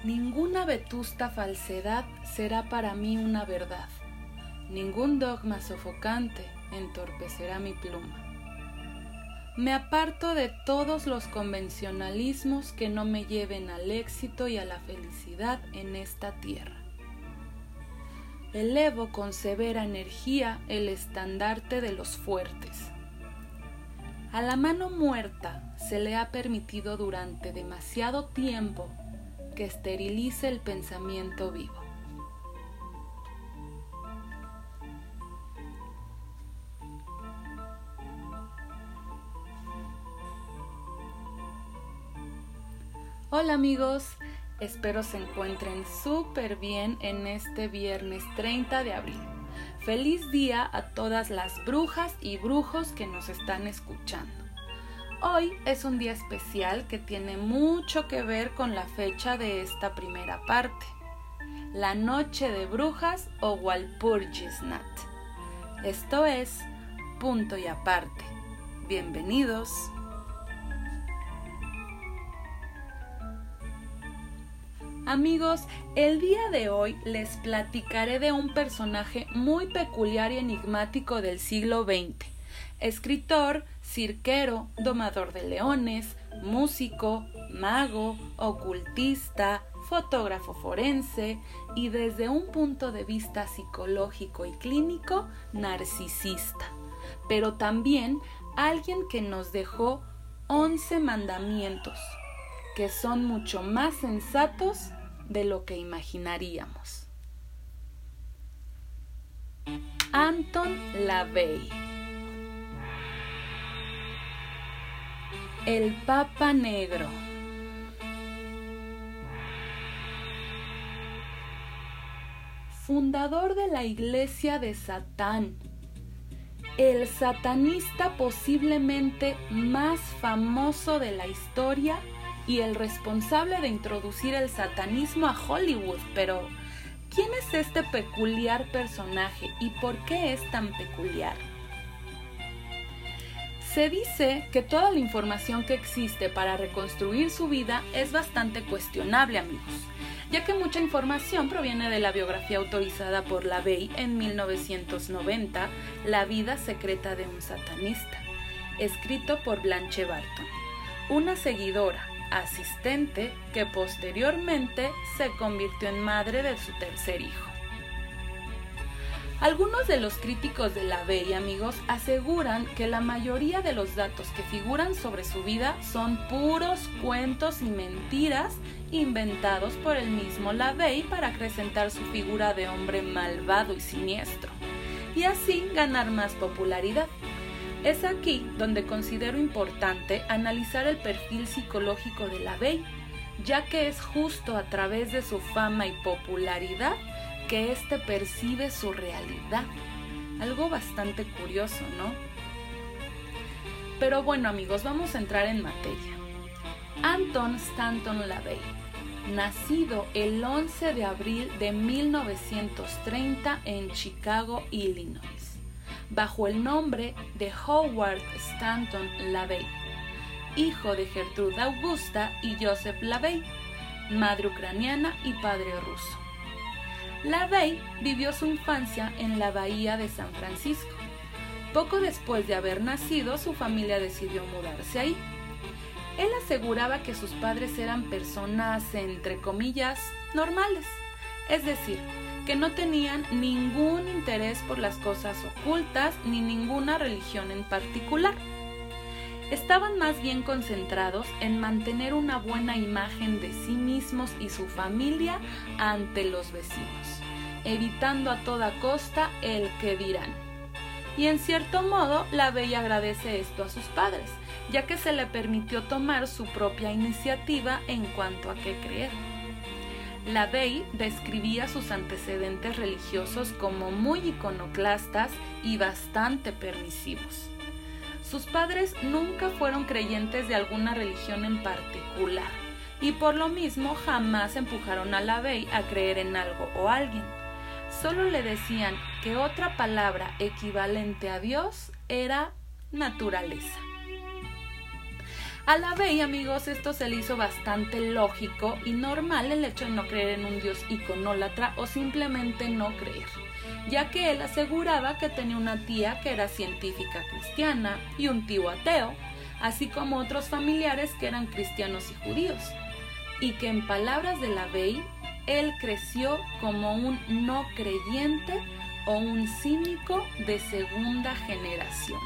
Ninguna vetusta falsedad será para mí una verdad. Ningún dogma sofocante entorpecerá mi pluma. Me aparto de todos los convencionalismos que no me lleven al éxito y a la felicidad en esta tierra. Elevo con severa energía el estandarte de los fuertes. A la mano muerta se le ha permitido durante demasiado tiempo que esterilice el pensamiento vivo. Hola amigos, espero se encuentren súper bien en este viernes 30 de abril. Feliz día a todas las brujas y brujos que nos están escuchando. Hoy es un día especial que tiene mucho que ver con la fecha de esta primera parte, la Noche de Brujas o Walpurgisnacht. Esto es punto y aparte. Bienvenidos. Amigos, el día de hoy les platicaré de un personaje muy peculiar y enigmático del siglo XX. Escritor, cirquero, domador de leones, músico, mago, ocultista, fotógrafo forense y desde un punto de vista psicológico y clínico, narcisista. Pero también alguien que nos dejó 11 mandamientos, que son mucho más sensatos de lo que imaginaríamos. Anton LaVey, el Papa Negro. Fundador de la Iglesia de Satán, el satanista posiblemente más famoso de la historia y el responsable de introducir el satanismo a Hollywood. Pero, ¿quién es este peculiar personaje y por qué es tan peculiar? Se dice que toda la información que existe para reconstruir su vida es bastante cuestionable, amigos, ya que mucha información proviene de la biografía autorizada por LaVey en 1990, La vida secreta de un satanista, escrito por Blanche Barton, una seguidora, asistente que posteriormente se convirtió en madre de su tercer hijo. Algunos de los críticos de LaVey, amigos, aseguran que la mayoría de los datos que figuran sobre su vida son puros cuentos y mentiras inventados por el mismo LaVey para acrecentar su figura de hombre malvado y siniestro, y así ganar más popularidad. Es aquí donde considero importante analizar el perfil psicológico de LaVey, ya que es justo a través de su fama y popularidad que éste percibe su realidad. Algo bastante curioso, ¿no? Pero bueno, amigos, vamos a entrar en materia. Anton Stanton LaVey, nacido el 11 de abril de 1930 en Chicago, Illinois, bajo el nombre de Howard Stanton LaVey, hijo de Gertrude Augusta y Joseph LaVey, madre ucraniana y padre ruso. LaVey vivió su infancia en la bahía de San Francisco. Poco después de haber nacido, su familia decidió mudarse ahí. Él aseguraba que sus padres eran personas, entre comillas, normales, es decir, que no tenían ningún interés por las cosas ocultas ni ninguna religión en particular. Estaban más bien concentrados en mantener una buena imagen de sí mismos y su familia ante los vecinos, evitando a toda costa el qué dirán. Y en cierto modo, LaVey agradece esto a sus padres, ya que se le permitió tomar su propia iniciativa en cuanto a qué creer. LaVey describía sus antecedentes religiosos como muy iconoclastas y bastante permisivos. Sus padres nunca fueron creyentes de alguna religión en particular y por lo mismo jamás empujaron a LaVey a creer en algo o alguien. Solo le decían que otra palabra equivalente a Dios era naturaleza. A LaVey, amigos, esto se le hizo bastante lógico y normal el hecho de no creer en un dios iconólatra o simplemente no creer, ya que él aseguraba que tenía una tía que era científica cristiana y un tío ateo, así como otros familiares que eran cristianos y judíos, y que en palabras de LaVey, él creció como un no creyente o un cínico de segunda generación.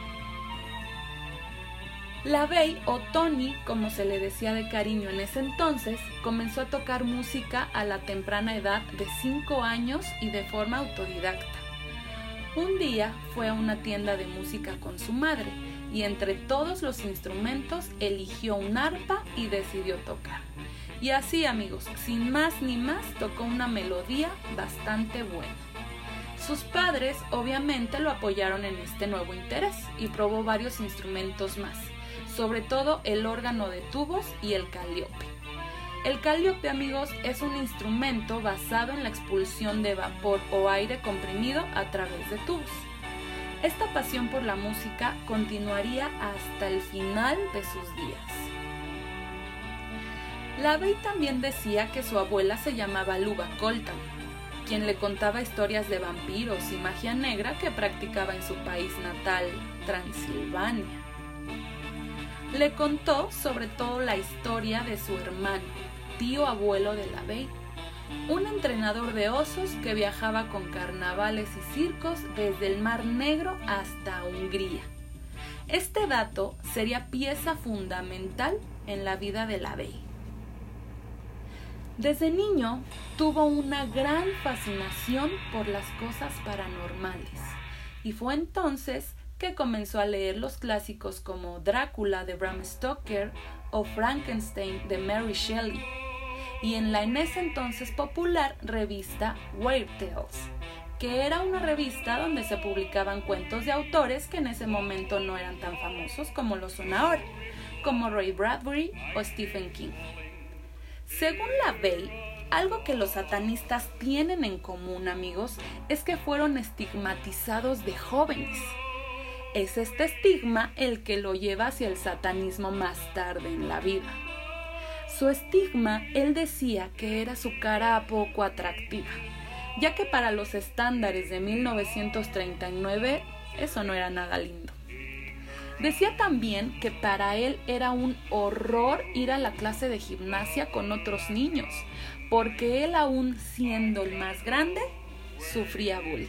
LaVey, o Tony, como se le decía de cariño en ese entonces, comenzó a tocar música a la temprana edad de 5 años y de forma autodidacta. Un día fue a una tienda de música con su madre y entre todos los instrumentos eligió un arpa y decidió tocar. Y así, amigos, sin más ni más, tocó una melodía bastante buena. Sus padres obviamente lo apoyaron en este nuevo interés y probó varios instrumentos más, sobre todo el órgano de tubos y el caliope. El caliope, amigos, es un instrumento basado en la expulsión de vapor o aire comprimido a través de tubos. Esta pasión por la música continuaría hasta el final de sus días. LaVey también decía que su abuela se llamaba Luba Colton, quien le contaba historias de vampiros y magia negra que practicaba en su país natal, Transilvania. Le contó sobre todo la historia de su hermano, tío abuelo de LaVey, un entrenador de osos que viajaba con carnavales y circos desde el Mar Negro hasta Hungría. Este dato sería pieza fundamental en la vida de LaVey. Desde niño tuvo una gran fascinación por las cosas paranormales y fue entonces que comenzó a leer los clásicos como Drácula de Bram Stoker o Frankenstein de Mary Shelley, y en la en ese entonces popular revista Weird Tales, que era una revista donde se publicaban cuentos de autores que en ese momento no eran tan famosos como lo son ahora, como Ray Bradbury o Stephen King. Según LaVey, algo que los satanistas tienen en común, amigos, es que fueron estigmatizados de jóvenes. Es este estigma el que lo lleva hacia el satanismo más tarde en la vida. Su estigma, él decía que era su cara poco atractiva, ya que para los estándares de 1939 eso no era nada lindo. Decía también que para él era un horror ir a la clase de gimnasia con otros niños, porque él, aún siendo el más grande, sufría bullying.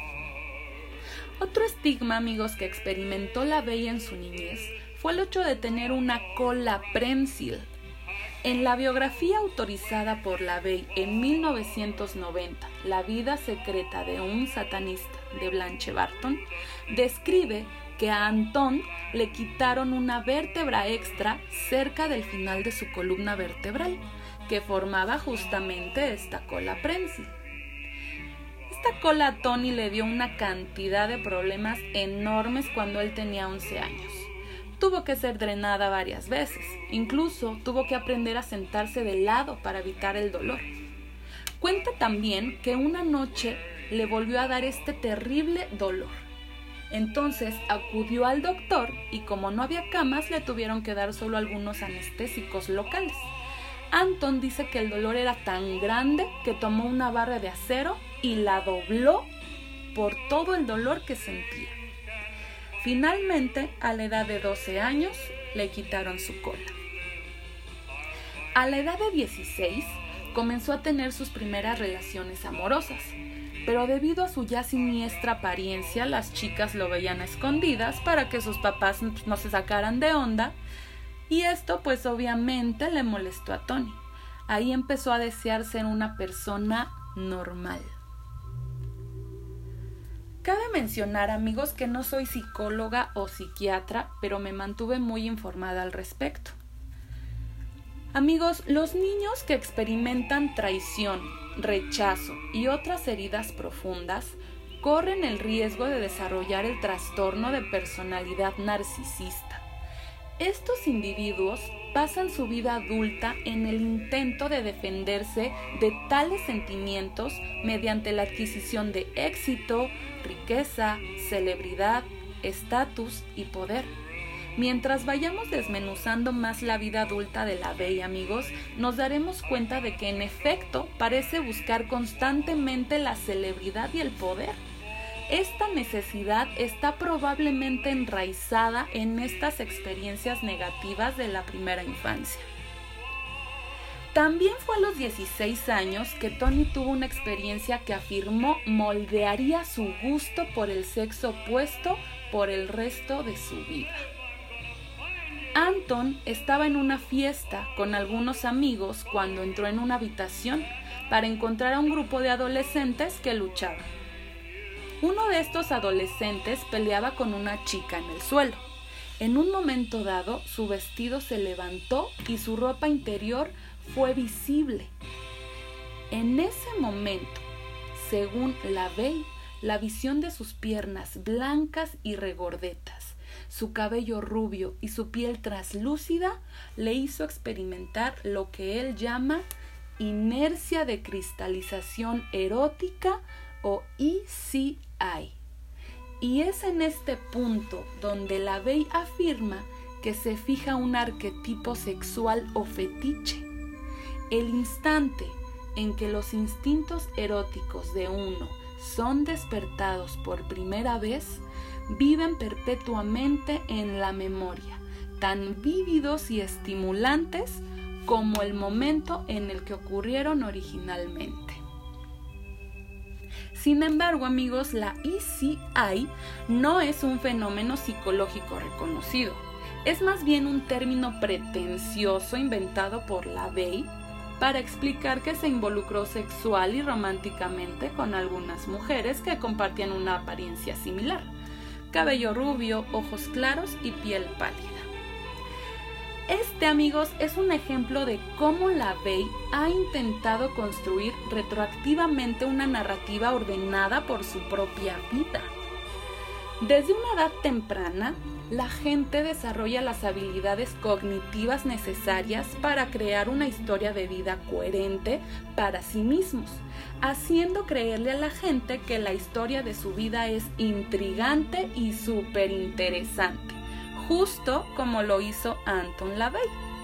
Otro estigma, amigos, que experimentó LaVey en su niñez fue el hecho de tener una cola prensil. En la biografía autorizada por LaVey en 1990, La vida secreta de un satanista, de Blanche Barton, describe que a Anton le quitaron una vértebra extra cerca del final de su columna vertebral, que formaba justamente esta cola prensil. Esta cola a Tony le dio una cantidad de problemas enormes cuando él tenía 11 años. Tuvo que ser drenada varias veces, incluso tuvo que aprender a sentarse de lado para evitar el dolor. Cuenta también que una noche le volvió a dar este terrible dolor. Entonces acudió al doctor y como no había camas le tuvieron que dar solo algunos anestésicos locales. Anton dice que el dolor era tan grande que tomó una barra de acero y la dobló por todo el dolor que sentía. Finalmente, a la edad de 12 años, le quitaron su cola. A la edad de 16, comenzó a tener sus primeras relaciones amorosas, pero debido a su ya siniestra apariencia, las chicas lo veían a escondidas para que sus papás no se sacaran de onda, y esto pues obviamente le molestó a Tony. Ahí empezó a desear ser una persona normal. Cabe mencionar, amigos, que no soy psicóloga o psiquiatra, pero me mantuve muy informada al respecto. Amigos, los niños que experimentan traición, rechazo y otras heridas profundas corren el riesgo de desarrollar el trastorno de personalidad narcisista. Estos individuos pasan su vida adulta en el intento de defenderse de tales sentimientos mediante la adquisición de éxito, riqueza, celebridad, estatus y poder. Mientras vayamos desmenuzando más la vida adulta de LaVey, amigos, nos daremos cuenta de que en efecto parece buscar constantemente la celebridad y el poder. Esta necesidad está probablemente enraizada en estas experiencias negativas de la primera infancia. También fue a los 16 años que Tony tuvo una experiencia que afirmó moldearía su gusto por el sexo opuesto por el resto de su vida. Anton estaba en una fiesta con algunos amigos cuando entró en una habitación para encontrar a un grupo de adolescentes que luchaban. Uno de estos adolescentes peleaba con una chica en el suelo. En un momento dado, su vestido se levantó y su ropa interior fue visible. En ese momento, según LaVey, la visión de sus piernas blancas y regordetas, su cabello rubio y su piel traslúcida le hizo experimentar lo que él llama inercia de cristalización erótica o ECI. Y es en este punto donde LaVey afirma que se fija un arquetipo sexual o fetiche. El instante en que los instintos eróticos de uno son despertados por primera vez, viven perpetuamente en la memoria, tan vívidos y estimulantes como el momento en el que ocurrieron originalmente. Sin embargo, amigos, la ECI no es un fenómeno psicológico reconocido. Es más bien un término pretencioso inventado por LaVey para explicar que se involucró sexual y románticamente con algunas mujeres que compartían una apariencia similar: cabello rubio, ojos claros y piel pálida. Este, amigos, es un ejemplo de cómo LaVey ha intentado construir retroactivamente una narrativa ordenada por su propia vida. Desde una edad temprana, la gente desarrolla las habilidades cognitivas necesarias para crear una historia de vida coherente para sí mismos, haciendo creerle a la gente que la historia de su vida es intrigante y súper interesante, justo como lo hizo Anton LaVey.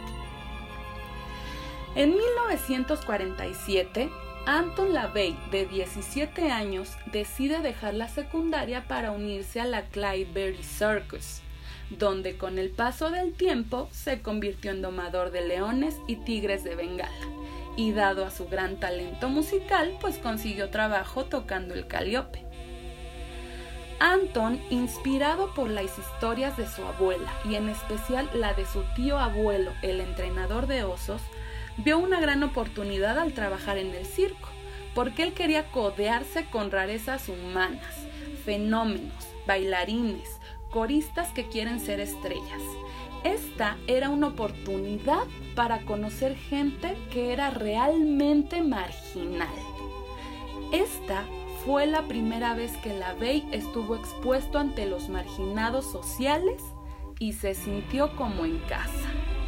En 1947, Anton LaVey, de 17 años, decide dejar la secundaria para unirse a la Clydeberry Circus, donde con el paso del tiempo se convirtió en domador de leones y tigres de Bengala, y dado a su gran talento musical, pues consiguió trabajo tocando el caliope. Anton, inspirado por las historias de su abuela y en especial la de su tío abuelo, el entrenador de osos, vio una gran oportunidad al trabajar en el circo, porque él quería codearse con rarezas humanas, fenómenos, bailarines, coristas que quieren ser estrellas. Esta era una oportunidad para conocer gente que era realmente marginal. Esta fue la primera vez que LaVey estuvo expuesto ante los marginados sociales y se sintió como en casa.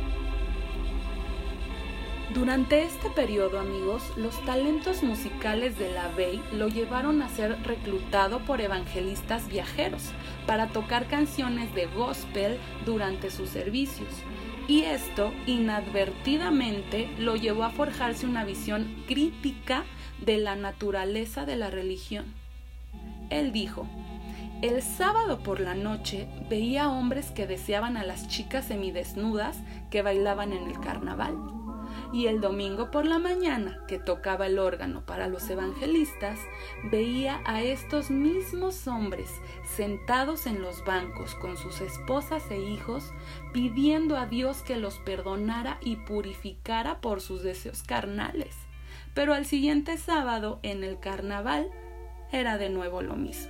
Durante este periodo, amigos, los talentos musicales de LaVey lo llevaron a ser reclutado por evangelistas viajeros para tocar canciones de gospel durante sus servicios, y esto inadvertidamente lo llevó a forjarse una visión crítica de la naturaleza de la religión. Él dijo: el sábado por la noche veía hombres que deseaban a las chicas semidesnudas que bailaban en el carnaval, y el domingo por la mañana, que tocaba el órgano para los evangelistas, veía a estos mismos hombres sentados en los bancos con sus esposas e hijos, pidiendo a Dios que los perdonara y purificara por sus deseos carnales. Pero al siguiente sábado, en el carnaval, era de nuevo lo mismo.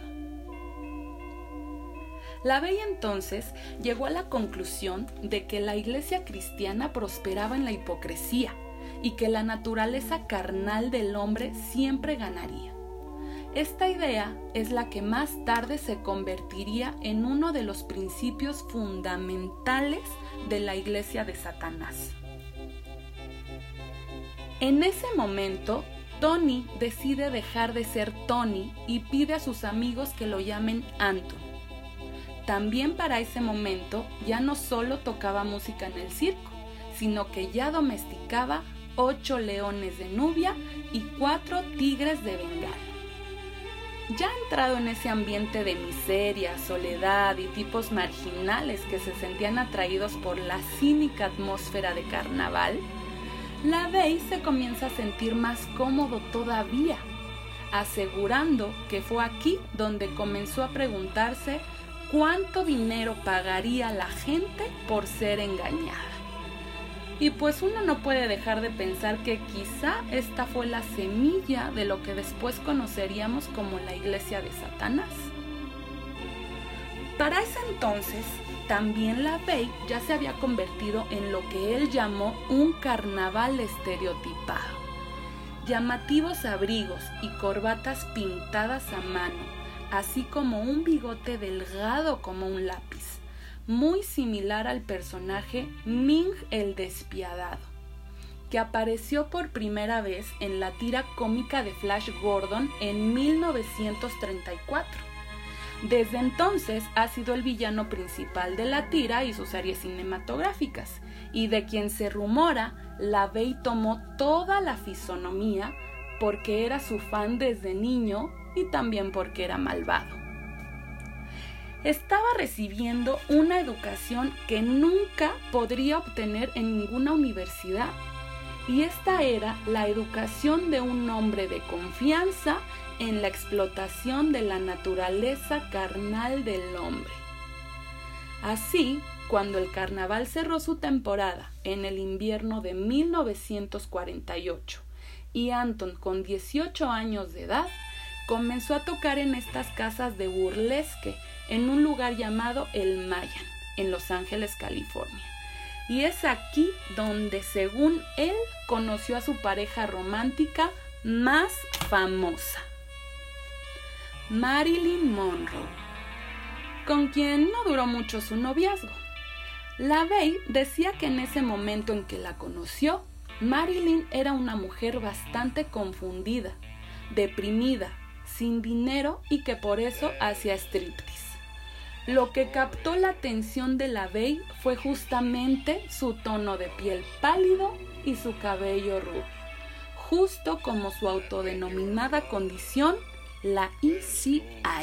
LaVey entonces llegó a la conclusión de que la iglesia cristiana prosperaba en la hipocresía y que la naturaleza carnal del hombre siempre ganaría. Esta idea es la que más tarde se convertiría en uno de los principios fundamentales de la iglesia de Satanás. En ese momento, Tony decide dejar de ser Tony y pide a sus amigos que lo llamen Anton. también para ese momento ya no solo tocaba música en el circo, sino que ya domesticaba 8 leones de Nubia y 4 tigres de Bengala. Ya entrado en ese ambiente de miseria, soledad y tipos marginales que se sentían atraídos por la cínica atmósfera de carnaval, LaVey se comienza a sentir más cómodo todavía, asegurando que fue aquí donde comenzó a preguntarse cuánto dinero pagaría la gente por ser engañada. Y pues uno no puede dejar de pensar que quizá esta fue la semilla de lo que después conoceríamos como la Iglesia de Satanás. Para ese entonces, también LaVey ya se había convertido en lo que él llamó un carnaval estereotipado. Llamativos abrigos y corbatas pintadas a mano, así como un bigote delgado como un lápiz, muy similar al personaje Ming el Despiadado, que apareció por primera vez en la tira cómica de Flash Gordon en 1934. Desde entonces ha sido el villano principal de la tira y sus series cinematográficas, y de quien se rumora LaVey tomó toda la fisonomía porque era su fan desde niño y también porque era malvado. Estaba recibiendo una educación que nunca podría obtener en ninguna universidad, y esta era la educación de un hombre de confianza en la explotación de la naturaleza carnal del hombre. Así, cuando el carnaval cerró su temporada en el invierno de 1948 y Anton, con 18 años de edad, comenzó a tocar en estas casas de burlesque en un lugar llamado El Mayan, en Los Ángeles, California. Y es aquí donde, según él, conoció a su pareja romántica más famosa, Marilyn Monroe, con quien no duró mucho su noviazgo. LaVey decía que en ese momento en que la conoció, Marilyn era una mujer bastante confundida, deprimida, sin dinero y que por eso hacía striptease. Lo que captó la atención de LaVey fue justamente su tono de piel pálido y su cabello rubio, justo como su autodenominada condición, la ECI.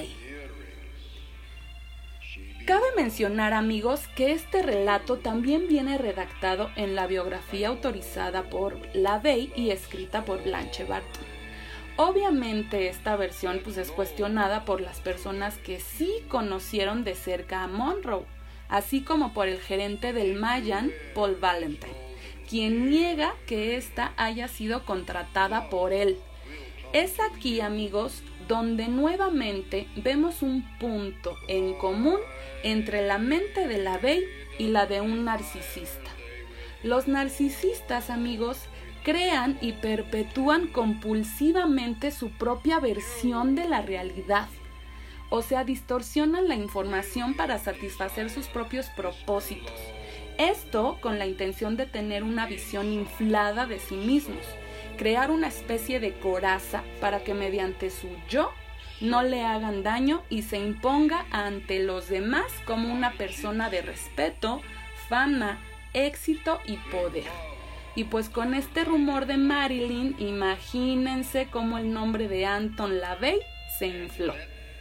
Cabe mencionar, amigos, que este relato también viene redactado en la biografía autorizada por LaVey y escrita por Blanche Barton. Obviamente esta versión es cuestionada por las personas que sí conocieron de cerca a Monroe, así como por el gerente del Mayan, Paul Valentine, quien niega que ésta haya sido contratada por él. Es aquí, amigos, donde nuevamente vemos un punto en común entre la mente de LaVey y la de un narcisista. Los narcisistas, amigos, crean y perpetúan compulsivamente su propia versión de la realidad. O sea, distorsionan la información para satisfacer sus propios propósitos. Esto con la intención de tener una visión inflada de sí mismos, crear una especie de coraza para que mediante su yo no le hagan daño y se imponga ante los demás como una persona de respeto, fama, éxito y poder. Y pues con este rumor de Marilyn, imagínense cómo el nombre de Anton LaVey se infló.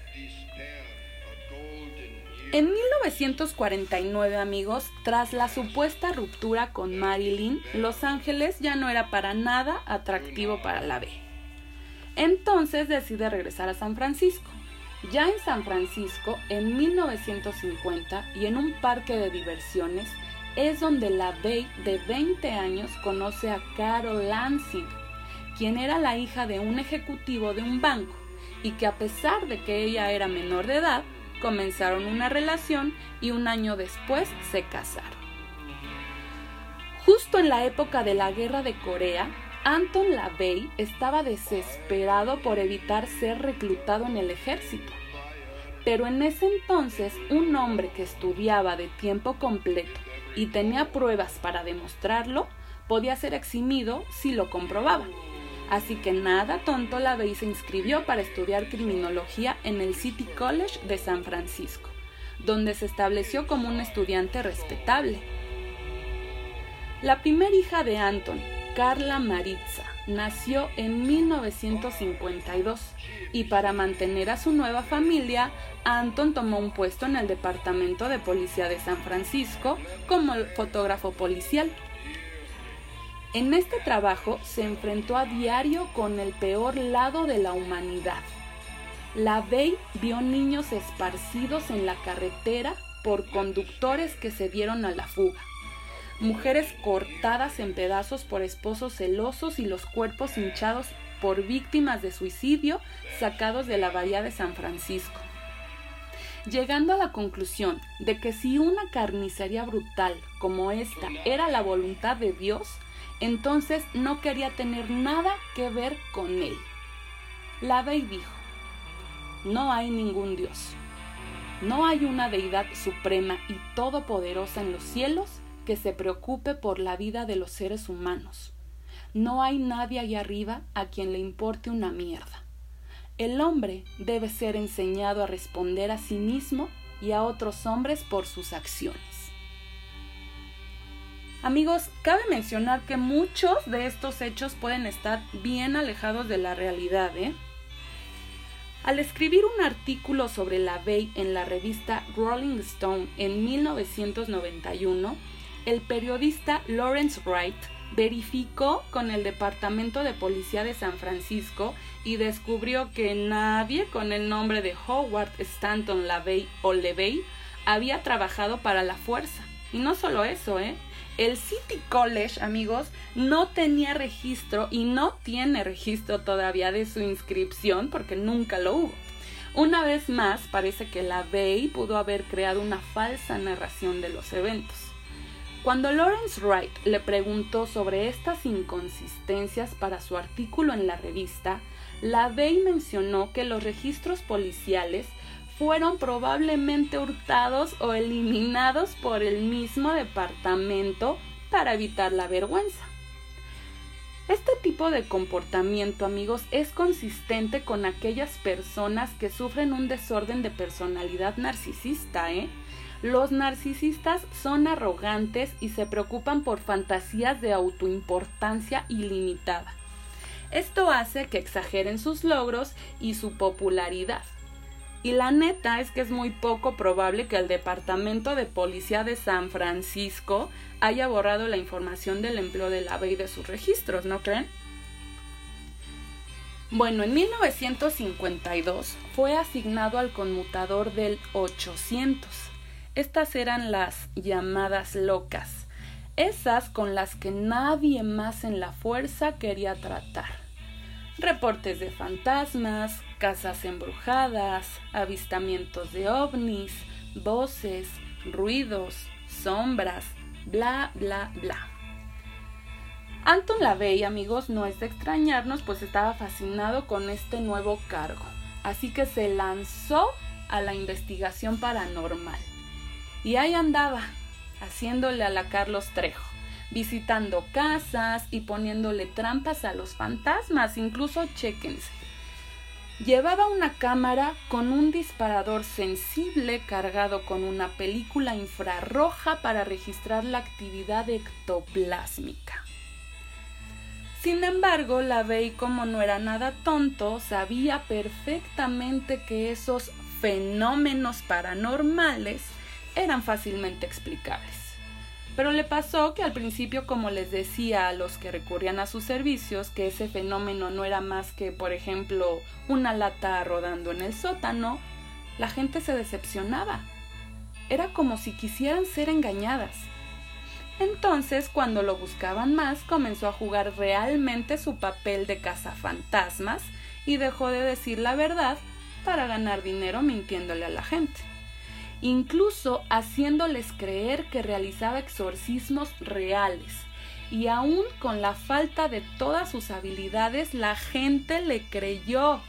En 1949, amigos, tras la supuesta ruptura con Marilyn, Los Ángeles ya no era para nada atractivo para LaVey. Entonces decide regresar a San Francisco. Ya en San Francisco, en 1950, y en un parque de diversiones, es donde LaVey, de 20 años, conoce a Carol Lansing, quien era la hija de un ejecutivo de un banco, y que a pesar de que ella era menor de edad, comenzaron una relación y un año después se casaron. Justo en la época de la Guerra de Corea, Anton LaVey estaba desesperado por evitar ser reclutado en el ejército. Pero en ese entonces, un hombre que estudiaba de tiempo completo y tenía pruebas para demostrarlo, podía ser eximido si lo comprobaba. Así que nada tonto, LaVey se inscribió para estudiar criminología en el City College de San Francisco, donde se estableció como un estudiante respetable. La primera hija de Anton, Carla Maritza, nació en 1952 y para mantener a su nueva familia, Anton tomó un puesto en el Departamento de Policía de San Francisco como fotógrafo policial. En este trabajo se enfrentó a diario con el peor lado de la humanidad. LaVey vio niños esparcidos en la carretera por conductores que se dieron a la fuga, mujeres cortadas en pedazos por esposos celosos y los cuerpos hinchados por víctimas de suicidio sacados de la bahía de San Francisco. Llegando a la conclusión de que si una carnicería brutal como esta era la voluntad de Dios, entonces no quería tener nada que ver con él. LaVey dijo: no hay ningún Dios. No hay una deidad suprema y todopoderosa en los cielos que se preocupe por la vida de los seres humanos. No hay nadie allá arriba a quien le importe una mierda. El hombre debe ser enseñado a responder a sí mismo y a otros hombres por sus acciones. Amigos, cabe mencionar que muchos de estos hechos pueden estar bien alejados de la realidad, Al escribir un artículo sobre LaVey en la revista Rolling Stone en 1991, el periodista Lawrence Wright verificó con el Departamento de Policía de San Francisco y descubrió que nadie con el nombre de Howard Stanton LaVey o LaVey había trabajado para la fuerza. Y no solo eso, el City College, amigos, no tenía registro y no tiene registro todavía de su inscripción porque nunca lo hubo. Una vez más, parece que LaVey pudo haber creado una falsa narración de los eventos. Cuando Lawrence Wright le preguntó sobre estas inconsistencias para su artículo en la revista, LaVey mencionó que los registros policiales fueron probablemente hurtados o eliminados por el mismo departamento para evitar la vergüenza. Este tipo de comportamiento, amigos, es consistente con aquellas personas que sufren un desorden de personalidad narcisista, Los narcisistas son arrogantes y se preocupan por fantasías de autoimportancia ilimitada. Esto hace que exageren sus logros y su popularidad. Y la neta es que es muy poco probable que el Departamento de Policía de San Francisco haya borrado la información del empleo de LaVey de sus registros, ¿no creen? Bueno, en 1952 fue asignado al conmutador del 800. Estas eran las llamadas locas, esas con las que nadie más en la fuerza quería tratar. Reportes de fantasmas, casas embrujadas, avistamientos de ovnis, voces, ruidos, sombras, bla, bla, bla. Anton LaVey, amigos, no es de extrañarnos, pues estaba fascinado con este nuevo cargo, así que se lanzó a la investigación paranormal. Y ahí andaba, haciéndole a la Carlos Trejo, visitando casas y poniéndole trampas a los fantasmas, incluso chéquense. Llevaba una cámara con un disparador sensible cargado con una película infrarroja para registrar la actividad ectoplásmica. Sin embargo, LaVey, como no era nada tonto, sabía perfectamente que esos fenómenos paranormales eran fácilmente explicables. Pero le pasó que al principio, como les decía a los que recurrían a sus servicios, que ese fenómeno no era más que, por ejemplo, una lata rodando en el sótano, la gente se decepcionaba. Era como si quisieran ser engañadas. Entonces, cuando lo buscaban más, comenzó a jugar realmente su papel de cazafantasmas y dejó de decir la verdad para ganar dinero mintiéndole a la gente, incluso haciéndoles creer que realizaba exorcismos reales. Y aún con la falta de todas sus habilidades, la gente le creyó.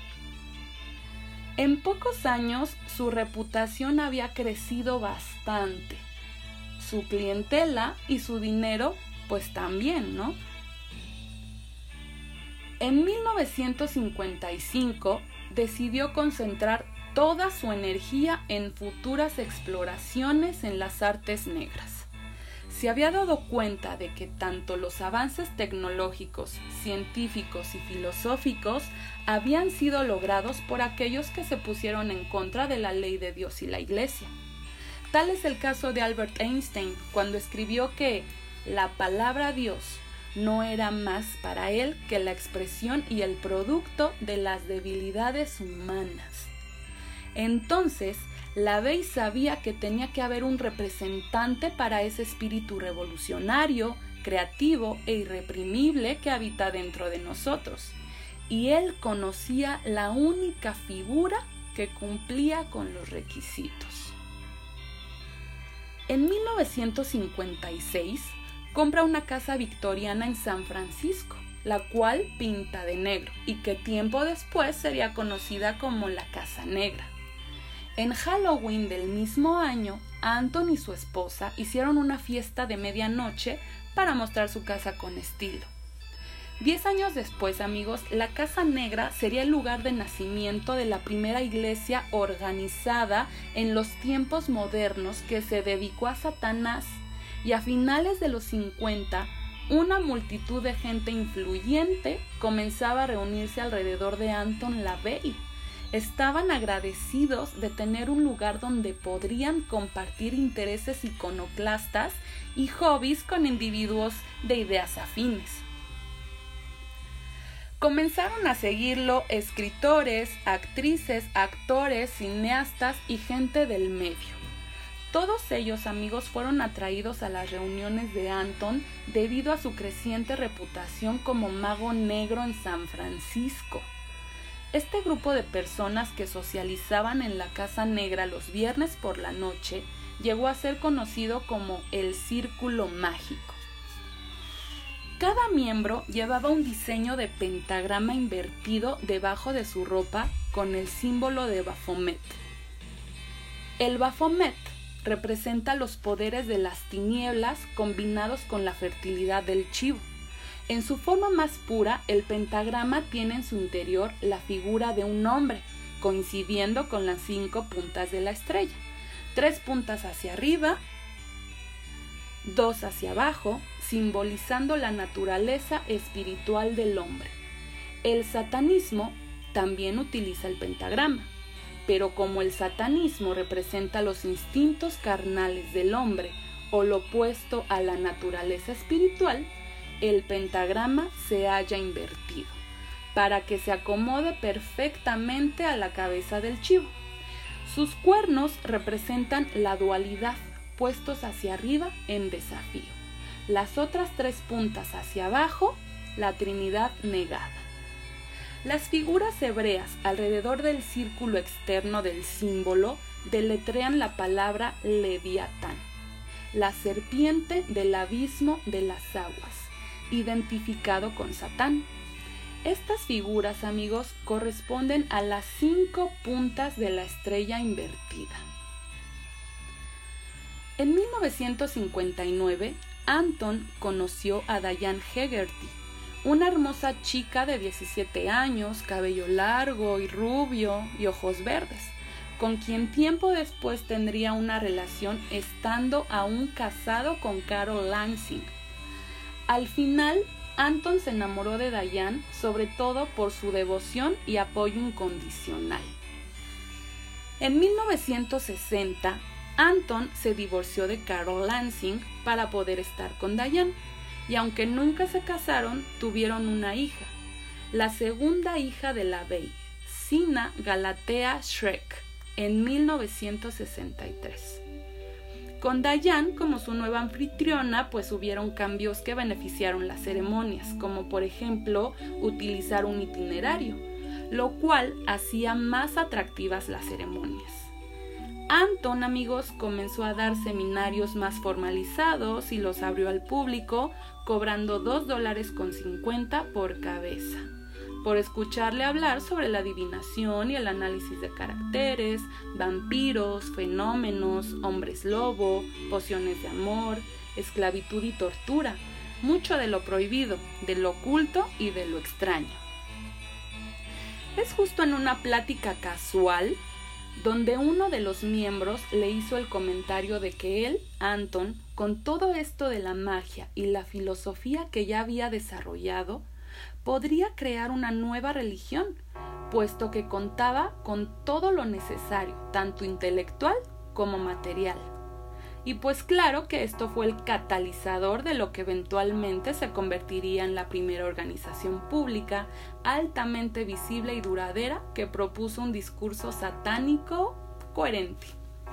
En pocos años, su reputación había crecido bastante. Su clientela y su dinero, pues también, ¿no? En 1955 decidió concentrar toda su energía en futuras exploraciones en las artes negras. Se había dado cuenta de que tanto los avances tecnológicos, científicos y filosóficos habían sido logrados por aquellos que se pusieron en contra de la ley de Dios y la Iglesia. Tal es el caso de Albert Einstein, cuando escribió que la palabra Dios no era más para él que la expresión y el producto de las debilidades humanas. Entonces, LaVey sabía que tenía que haber un representante para ese espíritu revolucionario, creativo e irreprimible que habita dentro de nosotros. Y él conocía la única figura que cumplía con los requisitos. En 1956, compra una casa victoriana en San Francisco, la cual pinta de negro y que tiempo después sería conocida como la Casa Negra. En Halloween del mismo año, Anton y su esposa hicieron una fiesta de medianoche para mostrar su casa con estilo. 10 años después, amigos, la Casa Negra sería el lugar de nacimiento de la primera iglesia organizada en los tiempos modernos que se dedicó a Satanás, y a finales de los 50, una multitud de gente influyente comenzaba a reunirse alrededor de Anton LaVey. Estaban agradecidos de tener un lugar donde podrían compartir intereses iconoclastas y hobbies con individuos de ideas afines. Comenzaron a seguirlo escritores, actrices, actores, cineastas y gente del medio. Todos ellos, amigos, fueron atraídos a las reuniones de Anton debido a su creciente reputación como mago negro en San Francisco. Este grupo de personas que socializaban en la Casa Negra los viernes por la noche llegó a ser conocido como el Círculo Mágico. Cada miembro llevaba un diseño de pentagrama invertido debajo de su ropa con el símbolo de Baphomet. El Baphomet representa los poderes de las tinieblas combinados con la fertilidad del chivo. En su forma más pura, el pentagrama tiene en su interior la figura de un hombre, coincidiendo con las 5 puntas de la estrella. 3 puntas hacia arriba, 2 hacia abajo, simbolizando la naturaleza espiritual del hombre. El satanismo también utiliza el pentagrama, pero como el satanismo representa los instintos carnales del hombre o lo opuesto a la naturaleza espiritual, el pentagrama se halla invertido, para que se acomode perfectamente a la cabeza del chivo. Sus cuernos representan la dualidad, puestos hacia arriba en desafío. Las otras 3 puntas hacia abajo, la Trinidad negada. Las figuras hebreas alrededor del círculo externo del símbolo deletrean la palabra Leviatán, la serpiente del abismo de las aguas, identificado con Satán. Estas figuras, amigos, corresponden a las 5 puntas de la estrella invertida. En 1959, Anton conoció a Diane Hegarty, una hermosa chica de 17 años, cabello largo y rubio y ojos verdes, con quien tiempo después tendría una relación estando aún casado con Carol Lansing. Al final, Anton se enamoró de Diane, sobre todo por su devoción y apoyo incondicional. En 1960, Anton se divorció de Carol Lansing para poder estar con Diane, y aunque nunca se casaron, tuvieron una hija, la segunda hija de LaVey, Sina Galatea Schreck, en 1963. Con Diane como su nueva anfitriona, pues hubieron cambios que beneficiaron las ceremonias, como por ejemplo utilizar un itinerario, lo cual hacía más atractivas las ceremonias. Anton, amigos, comenzó a dar seminarios más formalizados y los abrió al público, cobrando $2.50 por cabeza, por escucharle hablar sobre la adivinación y el análisis de caracteres, vampiros, fenómenos, hombres lobo, pociones de amor, esclavitud y tortura, mucho de lo prohibido, de lo oculto y de lo extraño. Es justo en una plática casual donde uno de los miembros le hizo el comentario de que él, Anton, con todo esto de la magia y la filosofía que ya había desarrollado, podría crear una nueva religión, puesto que contaba con todo lo necesario, tanto intelectual como material. Y pues claro que esto fue el catalizador de lo que eventualmente se convertiría en la primera organización pública altamente visible y duradera que propuso un discurso satánico coherente.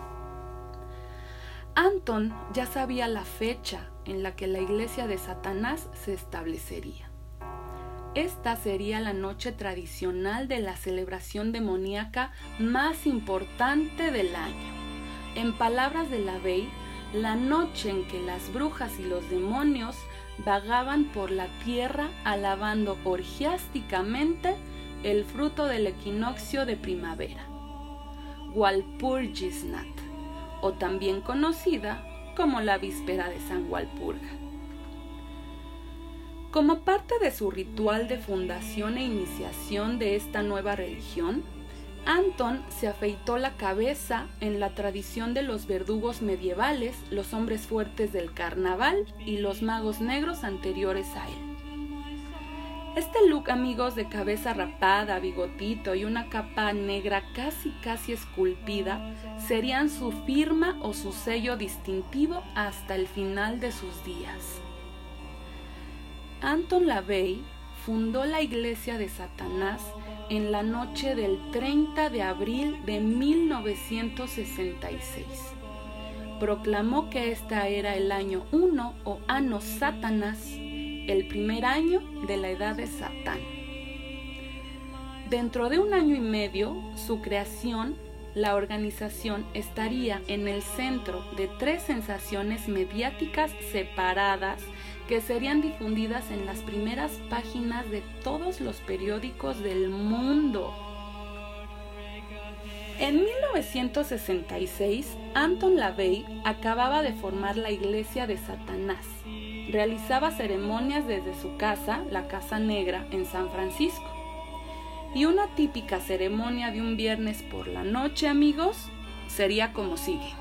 Anton ya sabía la fecha en la que la iglesia de Satanás se establecería. Esta sería la noche tradicional de la celebración demoníaca más importante del año. En palabras de LaVey, la noche en que las brujas y los demonios vagaban por la tierra alabando orgiásticamente el fruto del equinoccio de primavera, Walpurgisnacht, o también conocida como la víspera de San Walpurga. Como parte de su ritual de fundación e iniciación de esta nueva religión, Anton se afeitó la cabeza en la tradición de los verdugos medievales, los hombres fuertes del carnaval y los magos negros anteriores a él. Este look, amigos, de cabeza rapada, bigotito y una capa negra casi esculpida, serían su firma o su sello distintivo hasta el final de sus días. Anton LaVey fundó la Iglesia de Satanás en la noche del 30 de abril de 1966. Proclamó que esta era el año 1 o Anno Satanas, el primer año de la edad de Satán. Dentro de 1 año y medio, su creación, la organización estaría en el centro de 3 sensaciones mediáticas separadas que serían difundidas en las primeras páginas de todos los periódicos del mundo. En 1966, Anton LaVey acababa de formar la Iglesia de Satanás. Realizaba ceremonias desde su casa, la Casa Negra, en San Francisco. Y una típica ceremonia de un viernes por la noche, amigos, sería como sigue.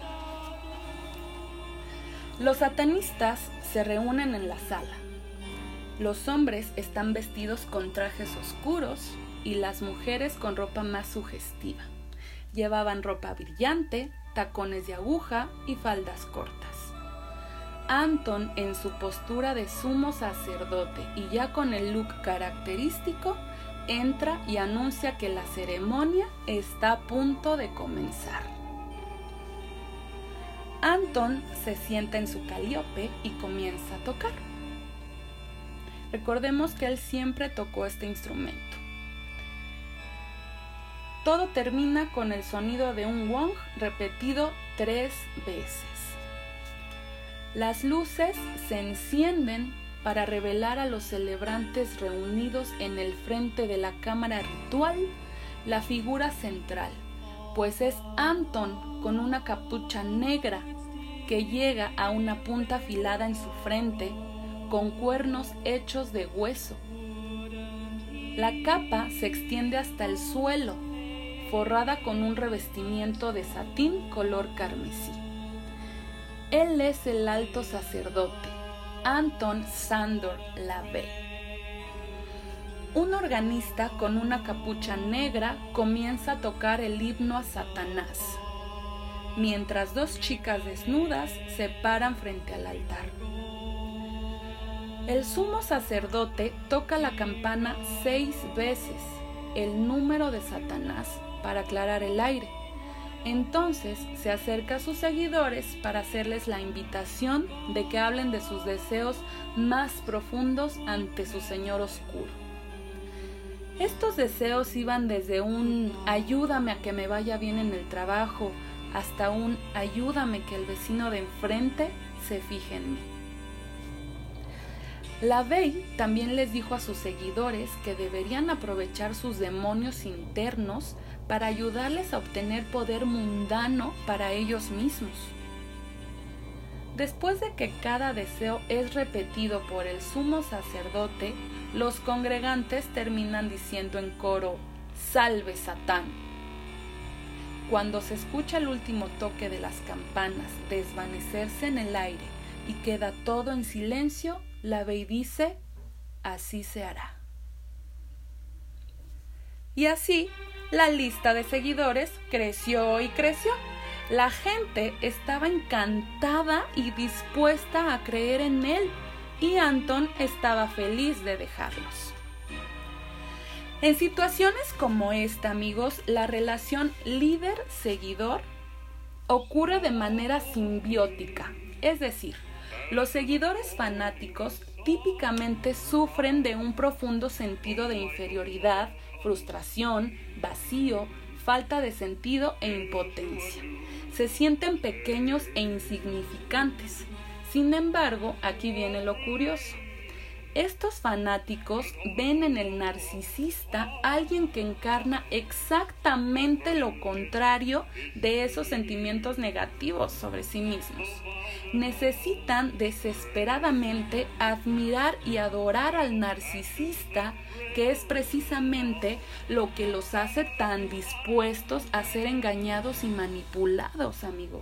Los satanistas se reúnen en la sala. Los hombres están vestidos con trajes oscuros y las mujeres con ropa más sugestiva. Llevaban ropa brillante, tacones de aguja y faldas cortas. Anton, en su postura de sumo sacerdote y ya con el look característico, entra y anuncia que la ceremonia está a punto de comenzar. Anton se sienta en su calíope y comienza a tocar. Recordemos que él siempre tocó este instrumento. Todo termina con el sonido de un gong repetido 3 veces. Las luces se encienden para revelar a los celebrantes reunidos en el frente de la cámara ritual la figura central, pues es Anton con una capucha negra que llega a una punta afilada en su frente con cuernos hechos de hueso. La capa se extiende hasta el suelo, forrada con un revestimiento de satín color carmesí. Él es el alto sacerdote, Anton Szandor LaVey. Un organista con una capucha negra comienza a tocar el himno a Satanás, mientras 2 chicas desnudas se paran frente al altar. El sumo sacerdote toca la campana 6 veces, el número de Satanás, para aclarar el aire. Entonces se acerca a sus seguidores para hacerles la invitación de que hablen de sus deseos más profundos ante su Señor Oscuro. Estos deseos iban desde un ayúdame a que me vaya bien en el trabajo hasta un ayúdame que el vecino de enfrente se fije en mí. LaVey también les dijo a sus seguidores que deberían aprovechar sus demonios internos para ayudarles a obtener poder mundano para ellos mismos. Después de que cada deseo es repetido por el sumo sacerdote, los congregantes terminan diciendo en coro: ¡Salve Satán! cuando se escucha el último toque de las campanas desvanecerse en el aire y queda todo en silencio, LaVey dice: así se hará. Y así, la lista de seguidores creció y creció. La gente estaba encantada y dispuesta a creer en él, y Anton estaba feliz de dejarlos. En situaciones como esta, amigos, la relación líder-seguidor ocurre de manera simbiótica, es decir, los seguidores fanáticos típicamente sufren de un profundo sentido de inferioridad, frustración, vacío, falta de sentido e impotencia. Se sienten pequeños e insignificantes. Sin embargo, aquí viene lo curioso. Estos fanáticos ven en el narcisista alguien que encarna exactamente lo contrario de esos sentimientos negativos sobre sí mismos. Necesitan desesperadamente admirar y adorar al narcisista, que es precisamente lo que los hace tan dispuestos a ser engañados y manipulados, amigos.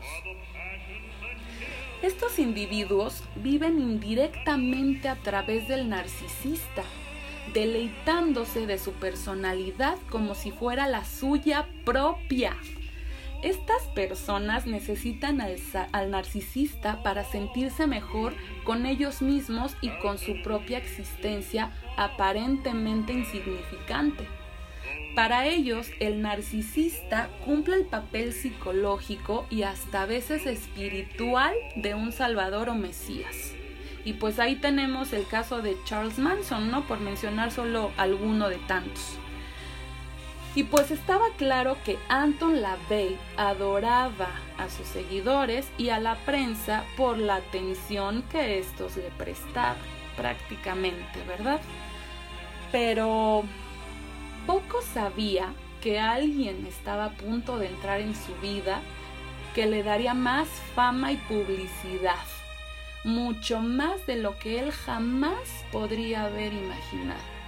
Estos individuos viven indirectamente a través del narcisista, deleitándose de su personalidad como si fuera la suya propia. Estas personas necesitan al narcisista para sentirse mejor con ellos mismos y con su propia existencia aparentemente insignificante. Para ellos, el narcisista cumple el papel psicológico y hasta a veces espiritual de un salvador o mesías. Y pues ahí tenemos el caso de Charles Manson, ¿no? Por mencionar solo alguno de tantos. Y pues estaba claro que Anton LaVey adoraba a sus seguidores y a la prensa por la atención que estos le prestaban, prácticamente, ¿verdad? Pero poco sabía que alguien estaba a punto de entrar en su vida que le daría más fama y publicidad, mucho más de lo que él jamás podría haber imaginado.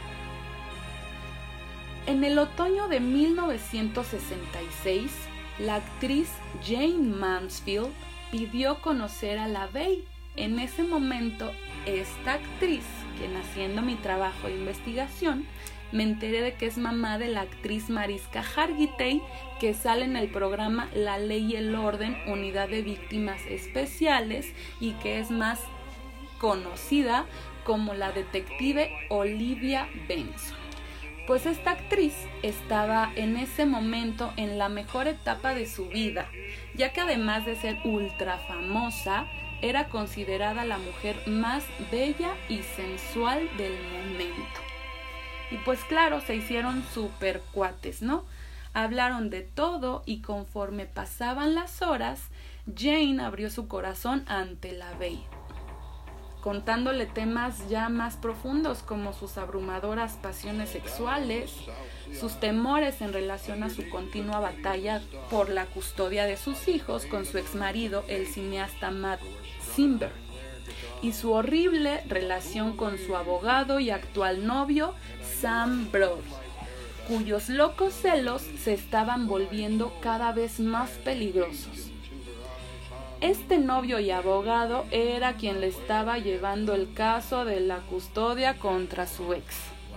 En el otoño de 1966, la actriz Jayne Mansfield pidió conocer a LaVey. En ese momento, esta actriz, quien haciendo mi trabajo de investigación, me enteré de que es mamá de la actriz Mariska Hargitay, que sale en el programa La Ley y el Orden, Unidad de Víctimas Especiales, y que es más conocida como la detective Olivia Benson. Pues esta actriz estaba en ese momento en la mejor etapa de su vida, ya que además de ser ultra famosa, era considerada la mujer más bella y sensual del momento. Y pues claro, se hicieron súper cuates, ¿no? Hablaron de todo y conforme pasaban las horas, Jane abrió su corazón ante LaVey, contándole temas ya más profundos como sus abrumadoras pasiones sexuales, sus temores en relación a su continua batalla por la custodia de sus hijos con su exmarido, el cineasta Matt Simber, y su horrible relación con su abogado y actual novio, Sam Brody, cuyos locos celos se estaban volviendo cada vez más peligrosos. Este novio y abogado era quien le estaba llevando el caso de la custodia contra su ex.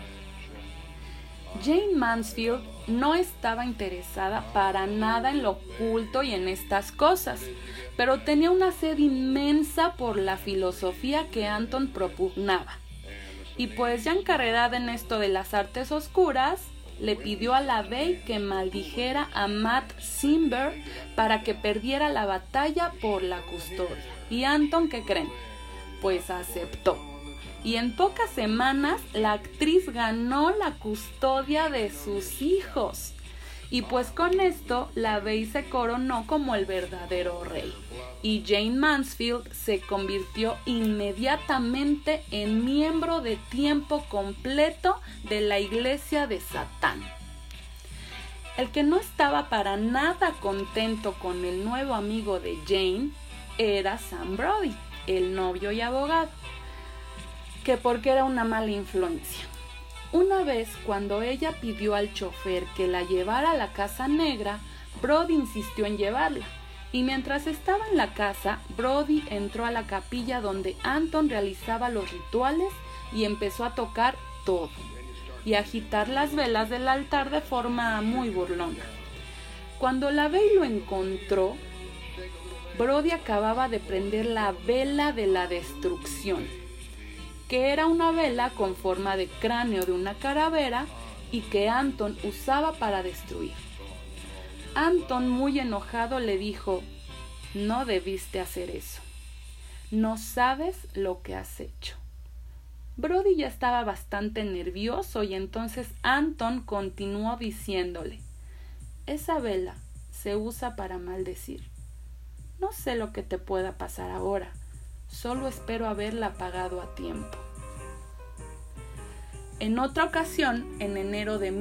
Jayne Mansfield no estaba interesada para nada en lo oculto y en estas cosas, pero tenía una sed inmensa por la filosofía que Anton propugnaba. Y pues ya encarrerada en esto de las artes oscuras, le pidió a LaVey que maldijera a Matt Simber para que perdiera la batalla por la custodia. ¿Y Anton qué creen? Pues aceptó. Y en pocas semanas la actriz ganó la custodia de sus hijos. Y pues con esto LaVey se coronó como el verdadero rey. Y Jayne Mansfield se convirtió inmediatamente en miembro de tiempo completo de la Iglesia de Satán. El que no estaba para nada contento con el nuevo amigo de Jane era Sam Brody, el novio y abogado, que porque era una mala influencia. Una vez, cuando ella pidió al chofer que la llevara a la Casa Negra Brody insistió en llevarla, y mientras estaba en la casa, Brody entró a la capilla donde Anton realizaba los rituales y empezó a tocar todo y agitar las velas del altar de forma muy burlona. Cuando LaVey lo encontró, Brody acababa de prender la vela de la destrucción, que era una vela con forma de cráneo de una calavera y que Anton usaba para destruir. Anton, muy enojado, le dijo: «No debiste hacer eso. No sabes lo que has hecho». Brody ya estaba bastante nervioso y entonces Anton continuó diciéndole: «Esa vela se usa para maldecir. No sé lo que te pueda pasar ahora, solo espero haberla apagado a tiempo». En otra ocasión, en enero de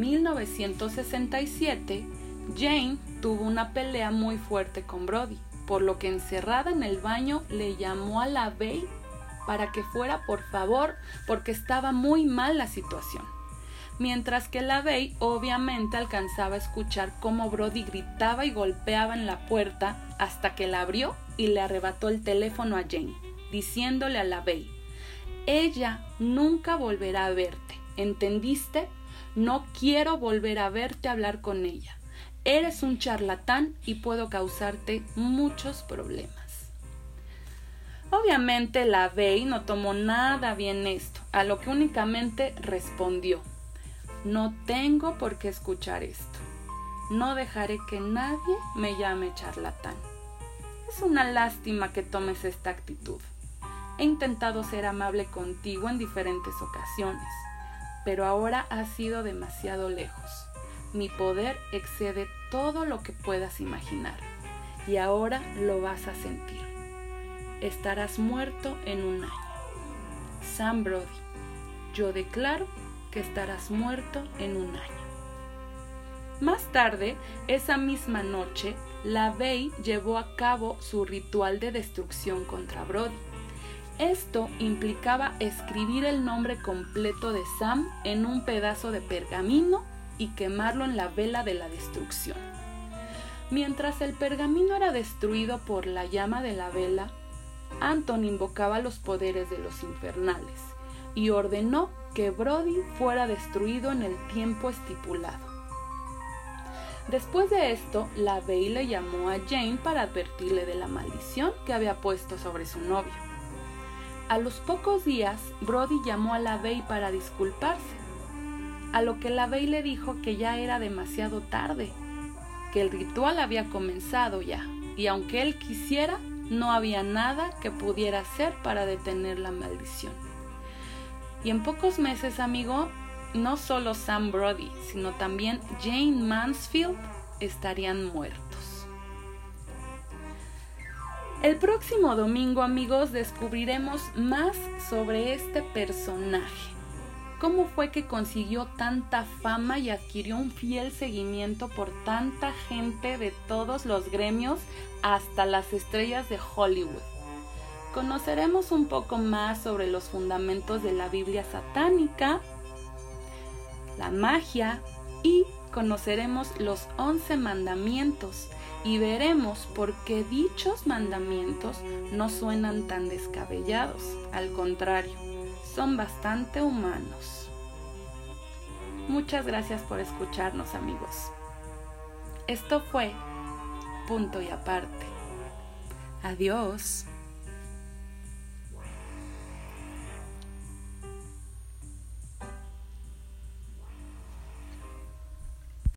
1967, Jane tuvo una pelea muy fuerte con Brody, por lo que encerrada en el baño le llamó a LaVey para que fuera por favor, porque estaba muy mal la situación. Mientras que LaVey obviamente alcanzaba a escuchar cómo Brody gritaba y golpeaba en la puerta hasta que la abrió y le arrebató el teléfono a Jane, diciéndole a LaVey: «Ella nunca volverá a verte, ¿entendiste? No quiero volver a verte hablar con ella. Eres un charlatán y puedo causarte muchos problemas». Obviamente LaVey no tomó nada bien esto, a lo que únicamente respondió: «No tengo por qué escuchar esto. No dejaré que nadie me llame charlatán. Es una lástima que tomes esta actitud. He intentado ser amable contigo en diferentes ocasiones, pero ahora has ido demasiado lejos. Mi poder excede todo lo que puedas imaginar, y ahora lo vas a sentir. Estarás muerto en un año. Sam Brody, yo declaro que estarás muerto en un año». Más tarde, esa misma noche, LaVey llevó a cabo su ritual de destrucción contra Brody. Esto implicaba escribir el nombre completo de Sam en un pedazo de pergamino y quemarlo en la vela de la destrucción. Mientras el pergamino era destruido por la llama de la vela, Anton invocaba los poderes de los infernales y ordenó que Brody fuera destruido en el tiempo estipulado. Después de esto, LaVey le llamó a Jane para advertirle de la maldición que había puesto sobre su novio. A los pocos días, Brody llamó a LaVey para disculparse, a lo que LaVey le dijo que ya era demasiado tarde, que el ritual había comenzado ya, y aunque él quisiera, no había nada que pudiera hacer para detener la maldición. Y en pocos meses, amigo, no solo Sam Brody, sino también Jane Mansfield estarían muertos. El próximo domingo, amigos, descubriremos más sobre este personaje. ¿Cómo fue que consiguió tanta fama y adquirió un fiel seguimiento por tanta gente de todos los gremios hasta las estrellas de Hollywood? Conoceremos un poco más sobre los fundamentos de la Biblia satánica, la magia, y conoceremos los 11 mandamientos y veremos por qué dichos mandamientos no suenan tan descabellados. Al contrario, son bastante humanos. Muchas gracias por escucharnos, amigos. Esto fue Punto y Aparte. Adiós.